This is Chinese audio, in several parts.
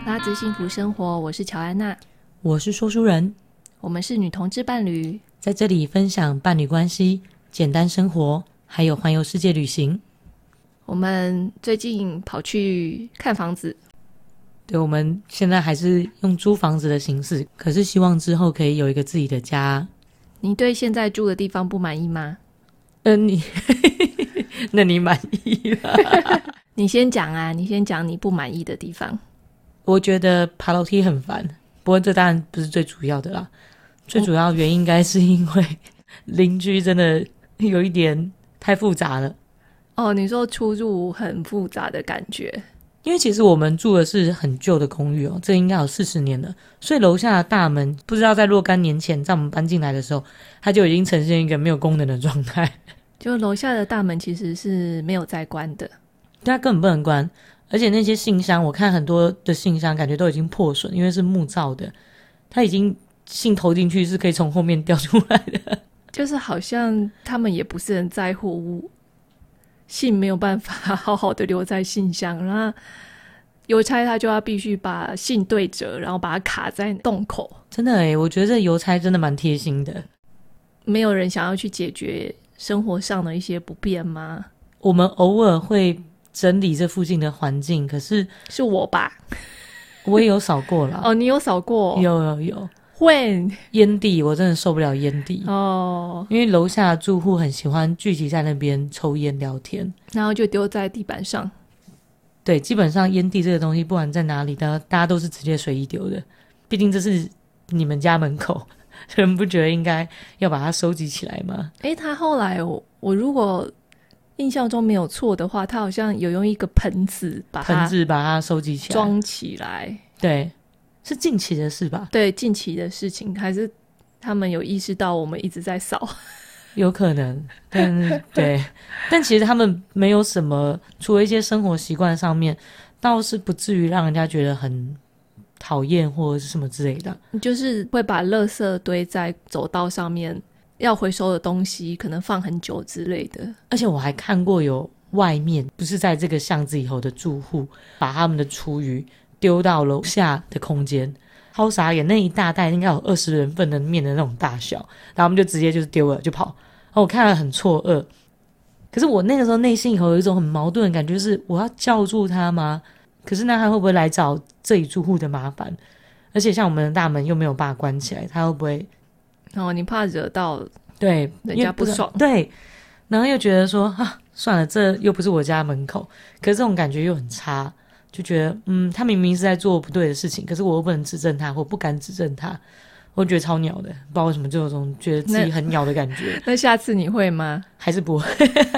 拉兹幸福生活，我是乔安娜， 我是说书人， 我们是女同志伴侣， 在这里分享伴侣关系、简单生活，还有环游世界旅行。 我们最近跑去看房子， 对，我们现在还是用租房子的形式，可是希望之后可以有一个自己的家。 你对现在住的地方不满意吗？ 你那你满意了？ 你先讲啊，你先讲你不满意的地方。 我觉得爬楼梯很烦，不过这当然不是最主要的啦。最主要原因应该是因为邻居真的有一点太复杂了。 哦，你说出入很复杂的感觉。 因为其实我们住的是很旧的公寓哦，这应该有40年了，所以楼下的大门不知道在若干年前在我们搬进来的时候，它就已经呈现一个没有功能的状态。 就楼下的大门其实是没有在关的， 对，它根本不能关，而且那些信箱，我看很多的信箱感觉都已经破损，因为是木造的，它已经信投进去是可以从后面掉出来的。 就是好像他们也不是很在乎信没有办法好好的留在信箱，然后邮差他就要必须把信对折，然后把它卡在洞口。 真的耶，我觉得这邮差真的蛮贴心的。 没有人想要去解决生活上的一些不便吗？ 我们偶尔会整理这附近的环境，可是是我吧？ 我也有扫过啦。 哦，你有扫过？ 有。 会烟蒂，我真的受不了烟蒂哦， 因为楼下的住户很喜欢聚集在那边抽烟聊天， 然后就丢在地板上。 对，基本上烟蒂这个东西不管在哪里大家都是直接随意丢的，毕竟这是你们家门口，人不觉得应该要把它收集起来吗？ 他后来我如果印象中没有错的话，他好像有用一个盆子把它收集起来装起来。 对，是近期的事吧？ 对，近期的事情，还是他们有意识到我们一直在扫？ 有可能，对，但其实他们没有什么，除了一些生活习惯上面，倒是不至于让人家觉得很讨厌或者是什么之类的。 就是会把垃圾堆在走道上面，要回收的东西可能放很久之类的。 而且我还看过有外面不是在这个巷子以后的住户把他们的厨余丢到楼下的空间，超傻眼，那一大袋应该有20人份的面的那种大小，然后他们就直接就是丢了就跑，然后我看了很错愕。可是我那个时候内心以后有一种很矛盾的感觉，是我要叫住他吗？可是那他会不会来找这里住户的麻烦？而且像我们的大门又没有把它关起来，他会不会你怕惹到对人家不爽？ 对，然后又觉得说算了，这又不是我家门口，可是这种感觉又很差，就觉得他明明是在做不对的事情，可是我又不能指正他，或不敢指正他，我觉得超鸟的，不知道为什么就有种觉得自己很鸟的感觉。 那下次你会吗？ 还是不会？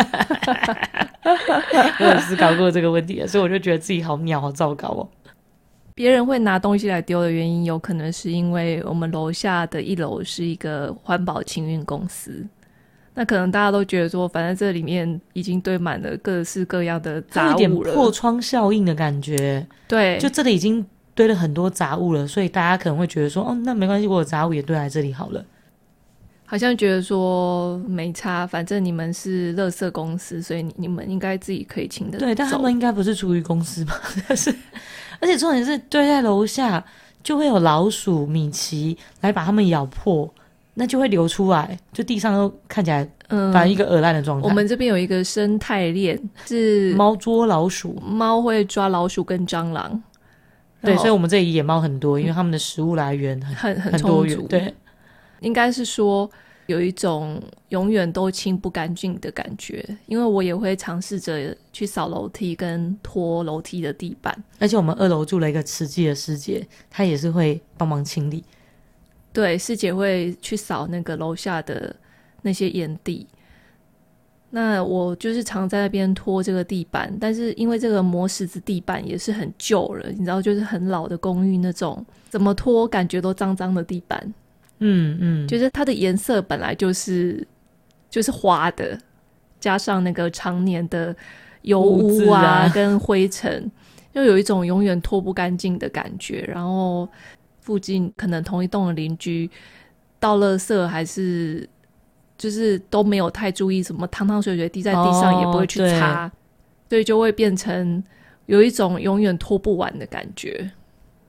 我有思考过这个问题，所以我就觉得自己好鸟，好糟糕哦。 别人会拿东西来丢的原因，有可能是因为我们楼下的1楼是一个环保清运公司，那可能大家都觉得说，反正这里面已经堆满了各式各样的杂物了， 有点破窗效应的感觉。 对， 就这里已经堆了很多杂物了，所以大家可能会觉得说，那没关系，我有杂物也堆在这里好了。 好像觉得说没差，反正你们是垃圾公司，所以你们应该自己可以清得走。 对，但他们应该不是厨余公司吧？而且重点是堆在楼下就会有老鼠、米奇来把它们咬破，那就会流出来，就地上都看起来反正一个恶烂的状态。 我们这边有一个生态链，是猫捉老鼠， 猫会抓老鼠跟蟑螂。 对，所以我们这里野猫很多，因为他们的食物来源很多元。 充足。 对， 应该是说有一种永远都清不干净的感觉，因为我也会尝试着去扫楼梯跟拖楼梯的地板， 而且我们2楼住了一个慈济的师姐，她也是会帮忙清理。 对，师姐会去扫那个楼下的那些烟蒂，那我就是常在那边拖这个地板，但是因为这个磨石子地板也是很旧了，你知道，就是很老的公寓那种，怎么拖感觉都脏脏的地板。就是它的颜色本来就是花的，加上那个常年的油污跟灰尘，就有一种永远拖不干净的感觉。然后附近可能同一栋的邻居倒垃圾还是就是都没有太注意，什么汤汤水水滴在地上也不会去擦，所以就会变成有一种永远拖不完的感觉。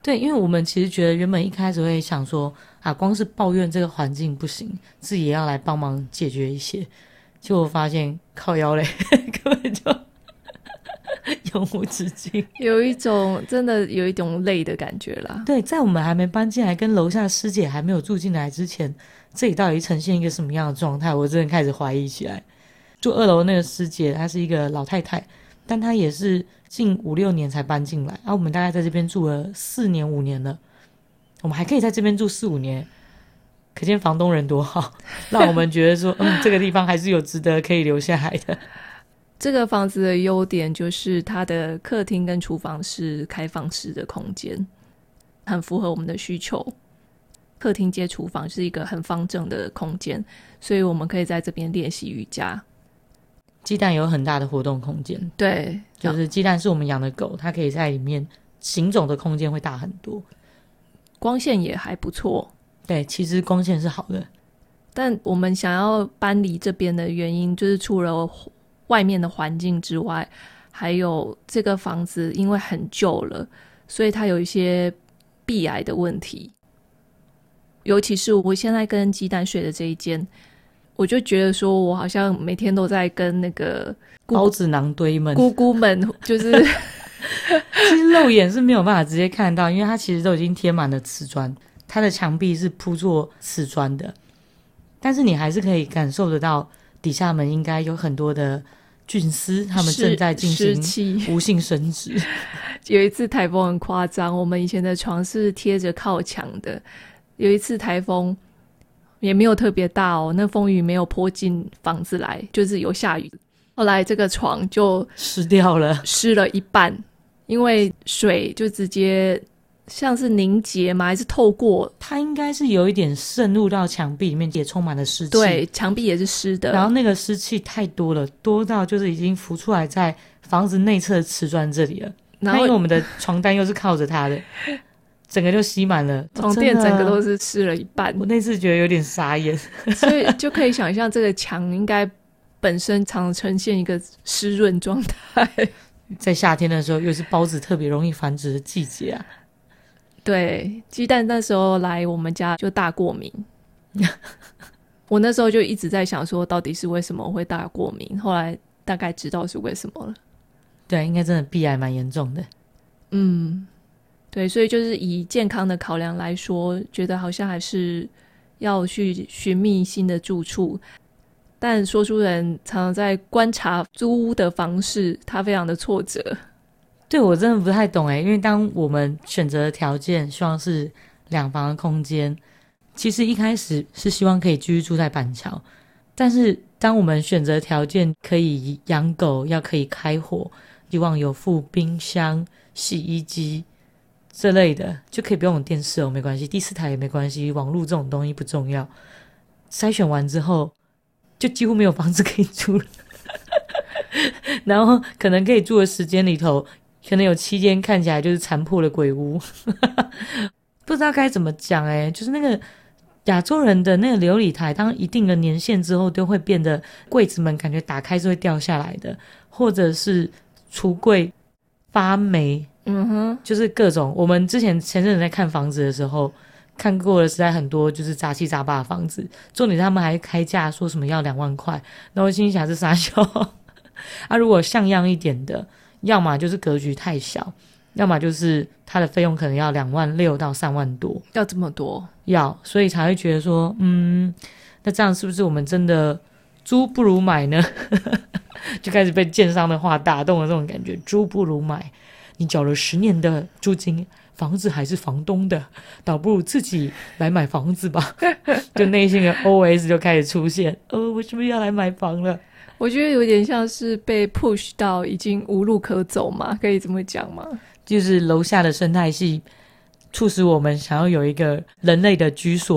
对，因为我们其实觉得原本一开始会想说啊，光是抱怨这个环境不行，自己也要来帮忙解决一些，结果发现靠腰嘞根本就永无止境， 真的有一种累的感觉啦。 对，在我们还没搬进来，跟楼下师姐还没有住进来之前，这里到底呈现一个什么样的状态，我真的开始怀疑起来。住2楼那个师姐她是一个老太太，但她也是近5-6年才搬进来，我们大概在这边住了4年5年了，我们还可以在这边住4-5年，可见房东人多好，让我们觉得说这个地方还是有值得可以留下来的。 这个房子的优点就是它的客厅跟厨房是开放式的空间，很符合我们的需求。客厅接厨房是一个很方正的空间，所以我们可以在这边练习瑜伽。 鸡蛋有很大的活动空间， 对， 就是鸡蛋是我们养的狗，它可以在里面行走的空间会大很多， 光线也还不错。 对，其实光线是好的， 但我们想要搬离这边的原因，就是除了外面的环境之外，还有这个房子因为很旧了，所以它有一些壁癌的问题。尤其是我现在跟鸡蛋睡的这一间，我就觉得说我好像每天都在跟那个包子囊堆们姑姑们就是其实肉眼是没有办法直接看到，因为它其实都已经贴满了瓷砖，它的墙壁是铺做瓷砖的，但是你还是可以感受得到底下们应该有很多的菌丝，他们正在进行无性生殖。 有一次台风很夸张，我们以前的床是贴着靠墙的，有一次台风也没有特别大哦，那风雨没有泼进房子来，就是有下雨，后来这个床就湿掉了， 湿了一半，因为水就直接像是凝结吗？还是透过？ 它应该是有一点渗入到墙壁里面，也充满了湿气。 对，墙壁也是湿的。 然后那个湿气太多了，多到就是已经浮出来在房子内侧的瓷砖这里了。然后因为我们的床单又是靠着它的，整个就吸满了， 床垫整个都是湿了一半。 我那次觉得有点傻眼， 所以就可以想象这个墙应该本身常呈现一个湿润状态。 在夏天的时候，又是孢子特别容易繁殖的季节啊。 对，鸡蛋那时候来我们家就大过敏。我那时候就一直在想说到底是为什么会大过敏，后来大概知道是为什么了。 对，应该真的壁癌蛮严重的。 对，所以就是以健康的考量来说，觉得好像还是要去寻觅新的住处，但说书人常常在观察租屋的方式，他非常的挫折。 对，我真的不太懂因为当我们选择的条件希望是2房的空间，其实一开始是希望可以继续住在板桥，但是当我们选择条件可以养狗，要可以开火，希望有附冰箱、洗衣机这类的，就可以不用有电视没关系，第4台也没关系，网络这种东西不重要。筛选完之后就几乎没有房子可以住了然后可能可以住的时间里头，可能有7间看起来就是残破的鬼屋不知道该怎么讲就是那个亚洲人的那个流理台，当一定的年限之后都会变得柜子们感觉打开是会掉下来的，或者是橱柜发霉，就是各种。我们前阵子在看房子的时候看过了实在很多就是杂七杂八的房子，重点他们还开价说什么要2万块，然后我心里想是傻笑如果像样一点的，要么就是格局太小，要么就是它的费用可能要2.6万到3万多， 要这么多？ 要，所以才会觉得说那这样是不是我们真的租不如买呢就开始被建商的话打动了，这种感觉，租不如买，你缴了10年的租金，房子还是房东的，倒不如自己来买房子吧就内心的 OS 就开始出现，我是不是要来买房了？ 我觉得有点像是被 push 到已经无路可走嘛，可以这么讲吗？ 就是楼下的生态系促使我们想要有一个人类的居所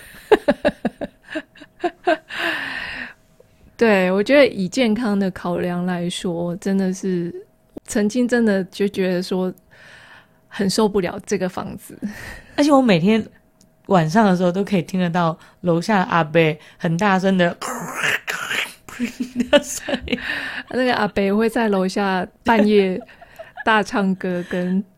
对，我觉得以健康的考量来说，真的是曾经真的就觉得说很受不了这个房子， 而且我每天晚上的时候都可以听得到楼下的阿伯很大声的那个阿伯会在楼下半夜大唱歌跟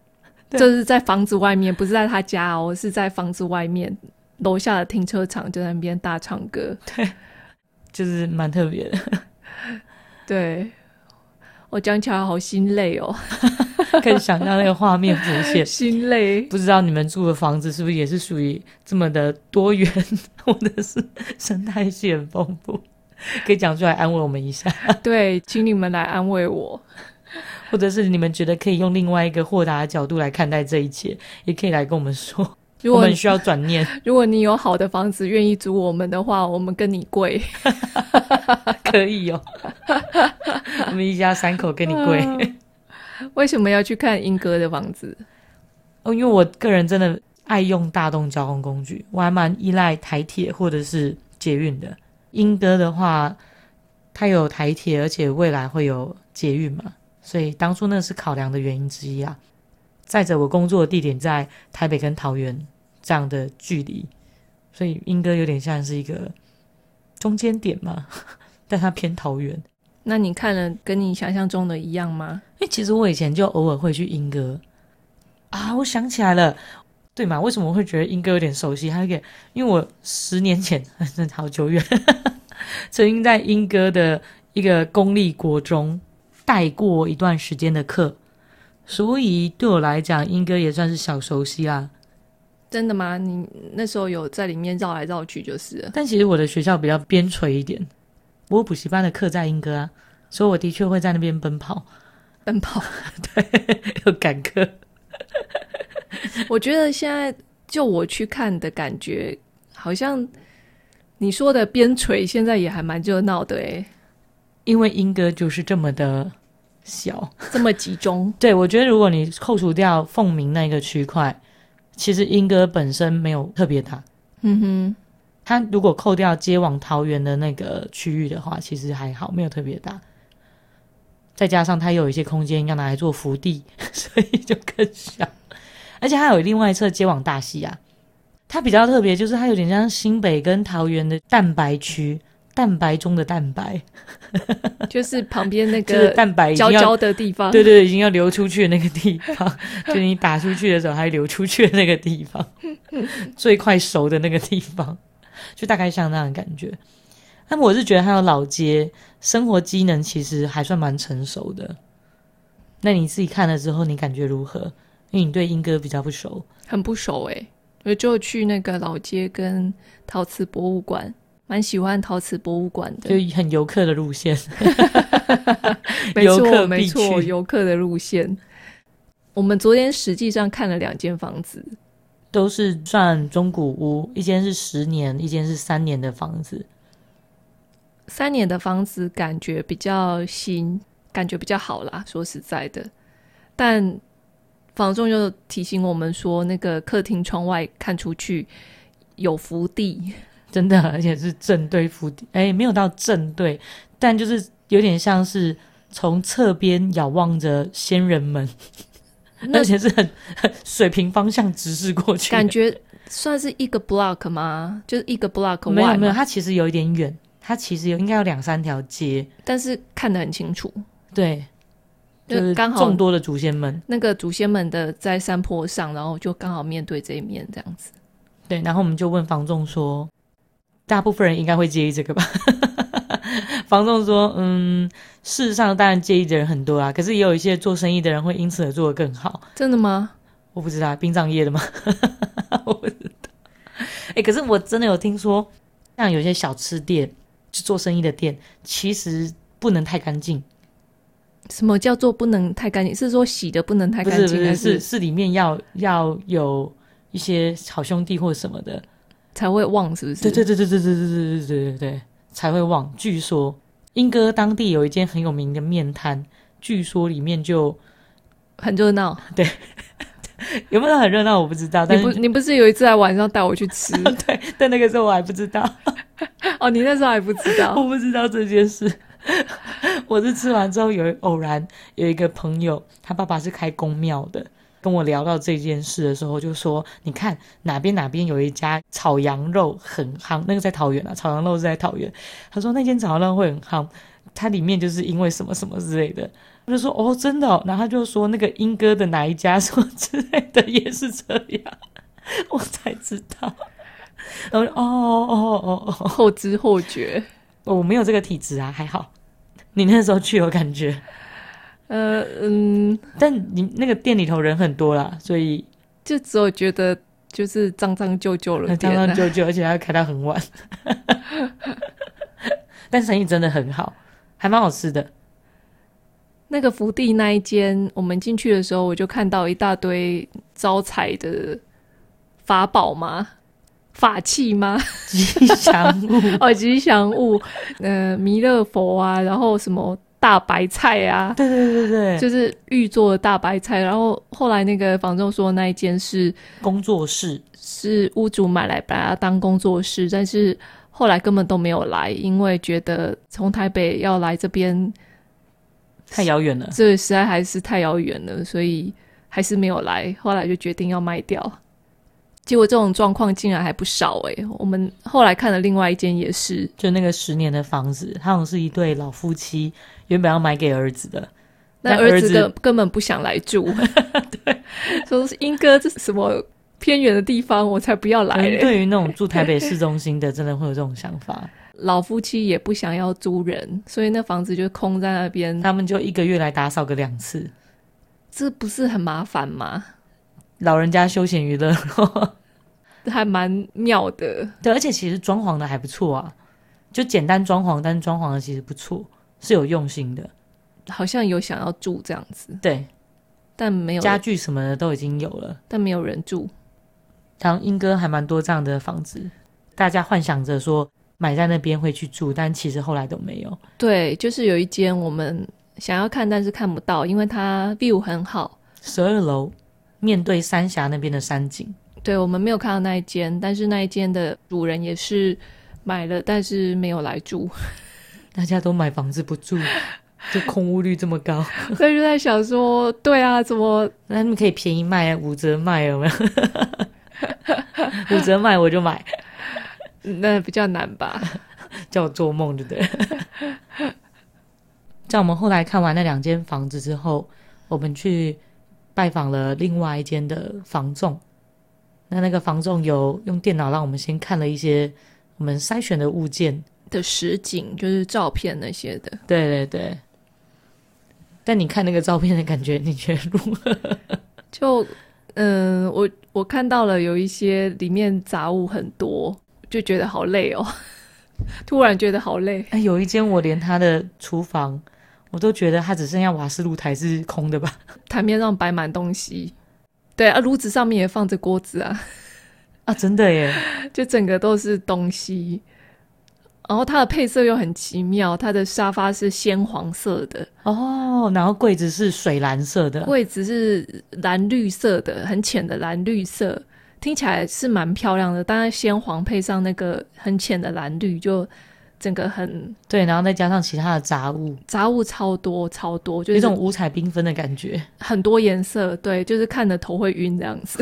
这是在房子外面，不是在他家哦，是在房子外面楼下的停车场，就在那边大唱歌。 对，就是蛮特别的。 对，我讲起来好心累哦。 可以想象那个画面浮现。 心累。 不知道你们住的房子是不是也是属于这么的多元，或者是生态系很丰富，可以讲出来安慰我们一下。 对，请你们来安慰我。 或者是你们觉得可以用另外一个豁达的角度来看待这一切，也可以来跟我们说，我们需要转念。 如果你有好的房子愿意租我们的话，我们跟你贵。 可以哦。我们一家3口跟你贵。 为什么要去看英哥的房子？ 因为我个人真的爱用大众交通工具，我还蛮依赖台铁或者是捷运的。英哥的话它有台铁，而且未来会有捷运嘛，所以当初那是考量的原因之一啊。再者我工作的地点在台北跟桃园这样的距离，所以英哥有点像是一个中间点嘛，但它偏桃园。 那你看了跟你想象中的一样吗？ 其实我以前就偶尔会去英哥啊，我想起来了，对嘛？为什么我会觉得英哥有点熟悉？因为我10年前真的好久远曾经在英哥的一个公立国中带过一段时间的课，所以对我来讲英哥也算是小熟悉啦。 真的吗？你那时候有在里面绕来绕去就是了。 但其实我的学校比较边陲一点，我有补习班的课在英哥啊，所以我的确会在那边奔跑。对，有赶课。 我觉得现在就我去看的感觉，好像你说的边陲现在也还蛮热闹的耶。 因为英哥就是这么的小， 这么集中。 对，我觉得如果你扣除掉凤鸣那个区块，其实英哥本身没有特别大。它如果扣掉接往桃园的那个区域的话，其实还好，没有特别大。再加上它有一些空间要拿来做福地，所以就更小。而且它有另外一侧接往大溪啊，它比较特别，就是它有点像新北跟桃园的蛋白区，蛋白中的蛋白， 就是旁边那就是个蛋白焦焦的地方。 对对，已经要流出去的那个地方，就你打出去的时候还流出去的那个地方，最快熟的那个地方，就大概像那样的感觉。那么我是觉得还有老街生活机能其实还算蛮成熟的。那你自己看了之后你感觉如何？因为你对英哥比较不熟。 很不熟耶，我就去那个老街跟陶瓷博物馆，蛮喜欢陶瓷博物馆的， 就很游客的路线。 没错游客必没错， 去， 游客的路线。我们昨天实际上看了2间房子， 都是算中古屋，一间是10年，一间是3年的房子。 3年的房子感觉比较新，感觉比较好啦，说实在的。但房仲就提醒我们说，那个客厅窗外看出去有福地， 真的，而且是正对福地，没有到正对，但就是有点像是从侧边遥望着仙人们，而且是很水平方向直视过去， 感觉算是一个 block 吗？就是一个 block 没有外没有， 吗？ 它其实有一点远，它其实应该有2-3条街， 但是看得很清楚。 对，就是刚好众多的祖先们， 那个祖先们的在山坡上，然后就刚好面对这一面这样子。 对，然后我们就问房仲说，大部分人应该会介意这个吧？房仲说，事实上当然介意的人很多啦，可是也有一些做生意的人会因此而做得更好。 真的吗？ 我不知道，殡葬业的吗？我不知道。可是我真的有听说，像有些小吃店，就做生意的店，其实不能太干净。 什么叫做不能太干净？是说洗的不能太干净， 不是是里面要有一些好兄弟或什么的才会旺，是不是？ 对对对对对对对对对对对，才会旺。据说英哥当地有一间很有名的面摊，据说里面就很热闹。 对，有没有很热闹我不知道，但是你不是有一次在晚上带我去吃？ 对，但那个时候我还不知道。 哦，你那时候还不知道？ 我不知道这件事。我是吃完之后偶然有一个朋友，他爸爸是开公庙的，跟我聊到这件事的时候就说，你看哪边有一家炒羊肉很夯，那个在桃园啊，炒羊肉是在桃园，他说那间炒羊肉会很夯， 它里面就是因为什么什么之类的。我就说哦真的哦，然后他就说那个英哥的哪一家什么之类的也是这样，我才知道。然后后知后觉。 我没有这个体质啊，还好。你那时候去有感觉？但你那个店里头人很多啦，所以就只有觉得就是脏脏旧旧了点， 脏脏旧旧，而且还要开到很晚。但生意真的很好，还蛮好吃的。 那个福地那一间，我们进去的时候，我就看到一大堆招财的法宝吗？法器吗？ 吉祥物哦，吉祥物，弥勒佛啊，然后什么大白菜啊， 对对对对， 就是玉做的大白菜。然后后来那个房仲说那一间是工作室， 是屋主买来把它当工作室，但是后来根本都没有来，因为觉得从台北要来这边太遥远了， 这实在还是太遥远了，所以还是没有来。后来就决定要卖掉。结果这种状况竟然还不少我们后来看了另外一间也是， 就那个10年的房子，他好像是一对老夫妻原本要买给儿子的， 那儿子根本不想来住。对，说是英哥这什么偏远的地方我才不要来嘞。 对于那种住台北市中心的真的会有这种想法。 老夫妻也不想要租人，所以那房子就空在那边， 他们就1个月来打扫个2次， 这不是很麻烦吗？ 老人家休闲娱乐还蛮妙的。 对，而且其实装潢的还不错啊，就简单装潢，但是装潢的其实不错，是有用心的， 好像有想要住这样子。 对， 但没有家具什么的都已经有了， 但没有人住。 然后英哥还蛮多这样的房子，大家幻想着说买在那边会去住，但其实后来都没有。 对，就是有一间我们想要看但是看不到，因为它 view 很好 ，12楼面对三峡那边的山景。 对，我们没有看到那一间，但是那一间的主人也是买了但是没有来住。 大家都买房子不住，就空屋率这么高。 所以就在想说对啊，怎么那他们可以便宜卖5折卖，有没有？5折卖我就买。 那比较难吧。 叫我做梦对不对？在我们后来看完那2间房子之后，我们去拜访了另外一间的房仲。那个房仲有用电脑让我们先看了一些我们筛选的物件的实景，就是照片那些的。 对对对。但你看那个照片的感觉，你觉得如何？ 就我看到了有一些里面杂物很多，就觉得好累哦。突然觉得好累。 有一间我连它的厨房我都觉得它只剩下瓦斯炉台是空的吧， 台面上摆满东西。对啊，炉子上面也放着锅子啊。 啊，真的耶， 就整个都是东西。然后它的配色又很奇妙，它的沙发是鲜黄色的哦，然后柜子是水蓝色的， 柜子是蓝绿色的，很浅的蓝绿色，听起来是蛮漂亮的。当然鲜黄配上那个很浅的蓝绿，就整个很对，然后再加上其他的杂物超多超多，就是有一种五彩缤纷的感觉， 很多颜色。对，就是看的头会晕这样子。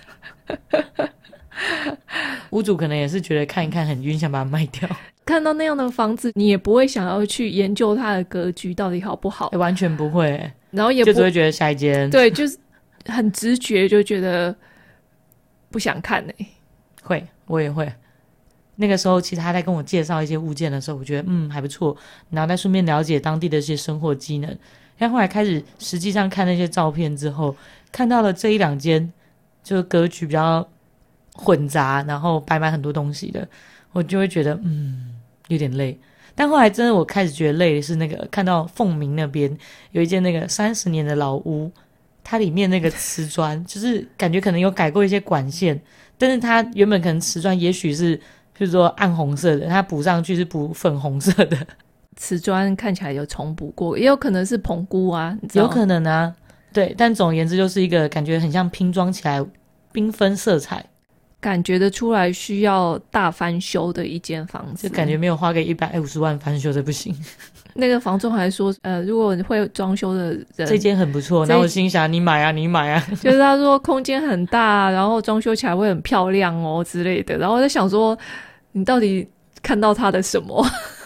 屋主可能也是觉得看一看很晕，想把它卖掉。 看到那样的房子，你也不会想要去研究它的格局到底好不好， 完全不会， 然后也不就只会觉得下一间， 对，就是很直觉就觉得不想看会，我也会。那个时候其实他在跟我介绍一些物件的时候，我觉得还不错，然后再顺便了解当地的一些生活机能。但后来开始实际上看那些照片之后，看到了这1-2间就格局比较混杂，然后摆满很多东西的，我就会觉得有点累。但后来真的我开始觉得累的是那个看到凤鸣那边有一间那个30年的老屋，它里面那个瓷砖就是感觉可能有改过一些管线，但是它原本可能瓷砖也许是就是说暗红色的，它补上去是补粉红色的， 瓷砖看起来有重补过，也有可能是棚菇啊，你知道有可能啊，对。但总而言之就是一个感觉很像拼装起来缤纷色彩， 感觉得出来需要大翻修的一间房子， 就感觉没有花个150万翻修的不行。 那个房仲还说如果会装修的人这间很不错，然后我心想你买啊你买啊， 就是他说空间很大，然后装修起来会很漂亮哦之类的，然后我在想说你到底看到他的什么？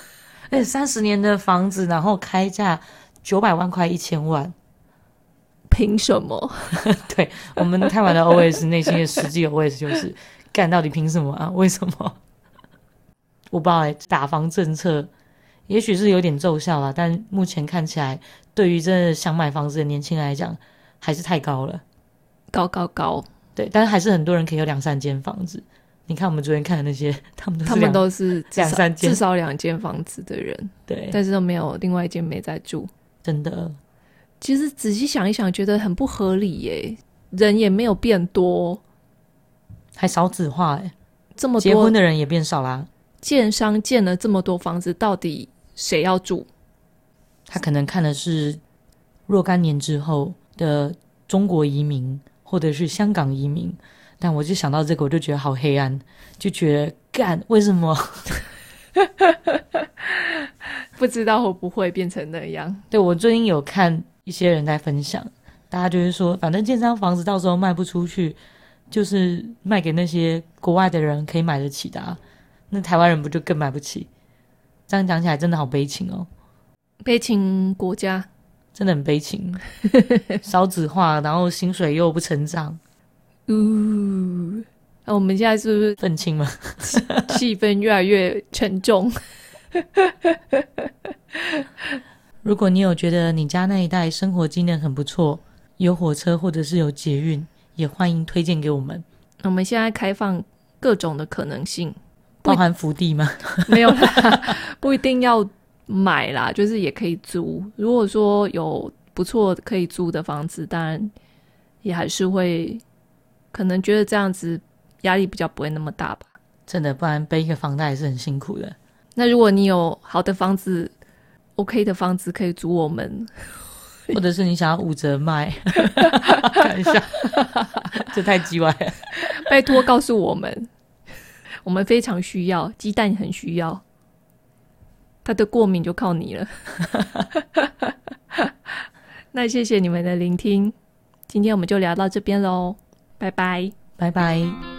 而且30年的房子，然后开价900万块1000万， 凭什么？ 对，我们台湾的 OS 内心的实际 OS 就是干到底凭什么啊？为什么？我不知道打房政策也许是有点奏效啦，但目前看起来对于真的想买房子的年轻人来讲还是太高了。 高， 对，但是还是很多人可以有2-3间房子。你看我们昨天看的那些，他们都是 2-3间， 至少2间房子的人， 对， 但是都没有另外一间没在住。 真的， 其实仔细想一想，觉得很不合理耶，人也没有变多， 还少子化这么多结婚的人也变少啦。 建商建了这么多房子，到底谁要住？ 他可能看的是若干年之后的中国移民或者是香港移民，但我就想到这个我就觉得好黑暗，就觉得干为什么不知道会不会变成那样。 对，我最近有看一些人在分享，大家就是说反正建商房子到时候卖不出去，就是卖给那些国外的人可以买得起的那台湾人不就更买不起？这样讲起来真的好悲情哦， 悲情国家真的很悲情少子化，然后薪水又不成长。 那我们现在是不是愤青吗？ 气氛越来越沉重如果你有觉得你家那一带生活机能很不错，有火车或者是有捷运，也欢迎推荐给我们。 我们现在开放各种的可能性， 包含福地吗？ 没有啦，不一定要买啦，就是也可以租。如果说有不错可以租的房子，当然也还是会可能觉得这样子压力比较不会那么大吧。 真的，不然背一个房贷也是很辛苦的。 那如果你有好的房子 OK 的房子可以租我们， 或者是你想要5折卖看一下这太鸡歪了， 拜托告诉我们，我们非常需要，鸡蛋很需要，他的过敏就靠你了那谢谢你们的聆听，今天我们就聊到这边咯，拜拜拜拜。